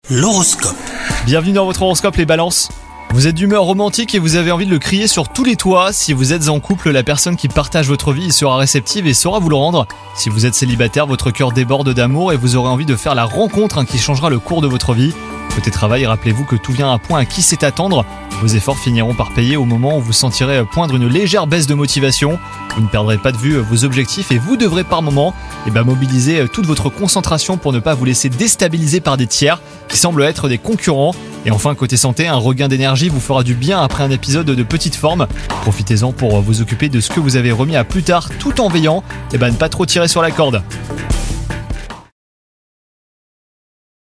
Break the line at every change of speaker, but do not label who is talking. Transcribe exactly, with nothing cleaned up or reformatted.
L'horoscope.
Bienvenue dans votre horoscope les balances. Vous êtes d'humeur romantique et vous avez envie de le crier sur tous les toits. Si vous êtes en couple, la personne qui partage votre vie sera réceptive et saura vous le rendre. Si vous êtes célibataire, votre cœur déborde d'amour et vous aurez envie de faire la rencontre hein, qui changera le cours de votre vie. Côté travail, rappelez-vous que tout vient à point à qui sait attendre. Vos efforts finiront par payer au moment où vous sentirez poindre une légère baisse de motivation. Vous ne perdrez pas de vue vos objectifs et vous devrez par moment eh ben, mobiliser toute votre concentration pour ne pas vous laisser déstabiliser par des tiers qui semblent être des concurrents. Et enfin, côté santé, un regain d'énergie vous fera du bien après un épisode de petite forme. Profitez-en pour vous occuper de ce que vous avez remis à plus tard tout en veillant et ben, ne pas trop tirer sur la corde.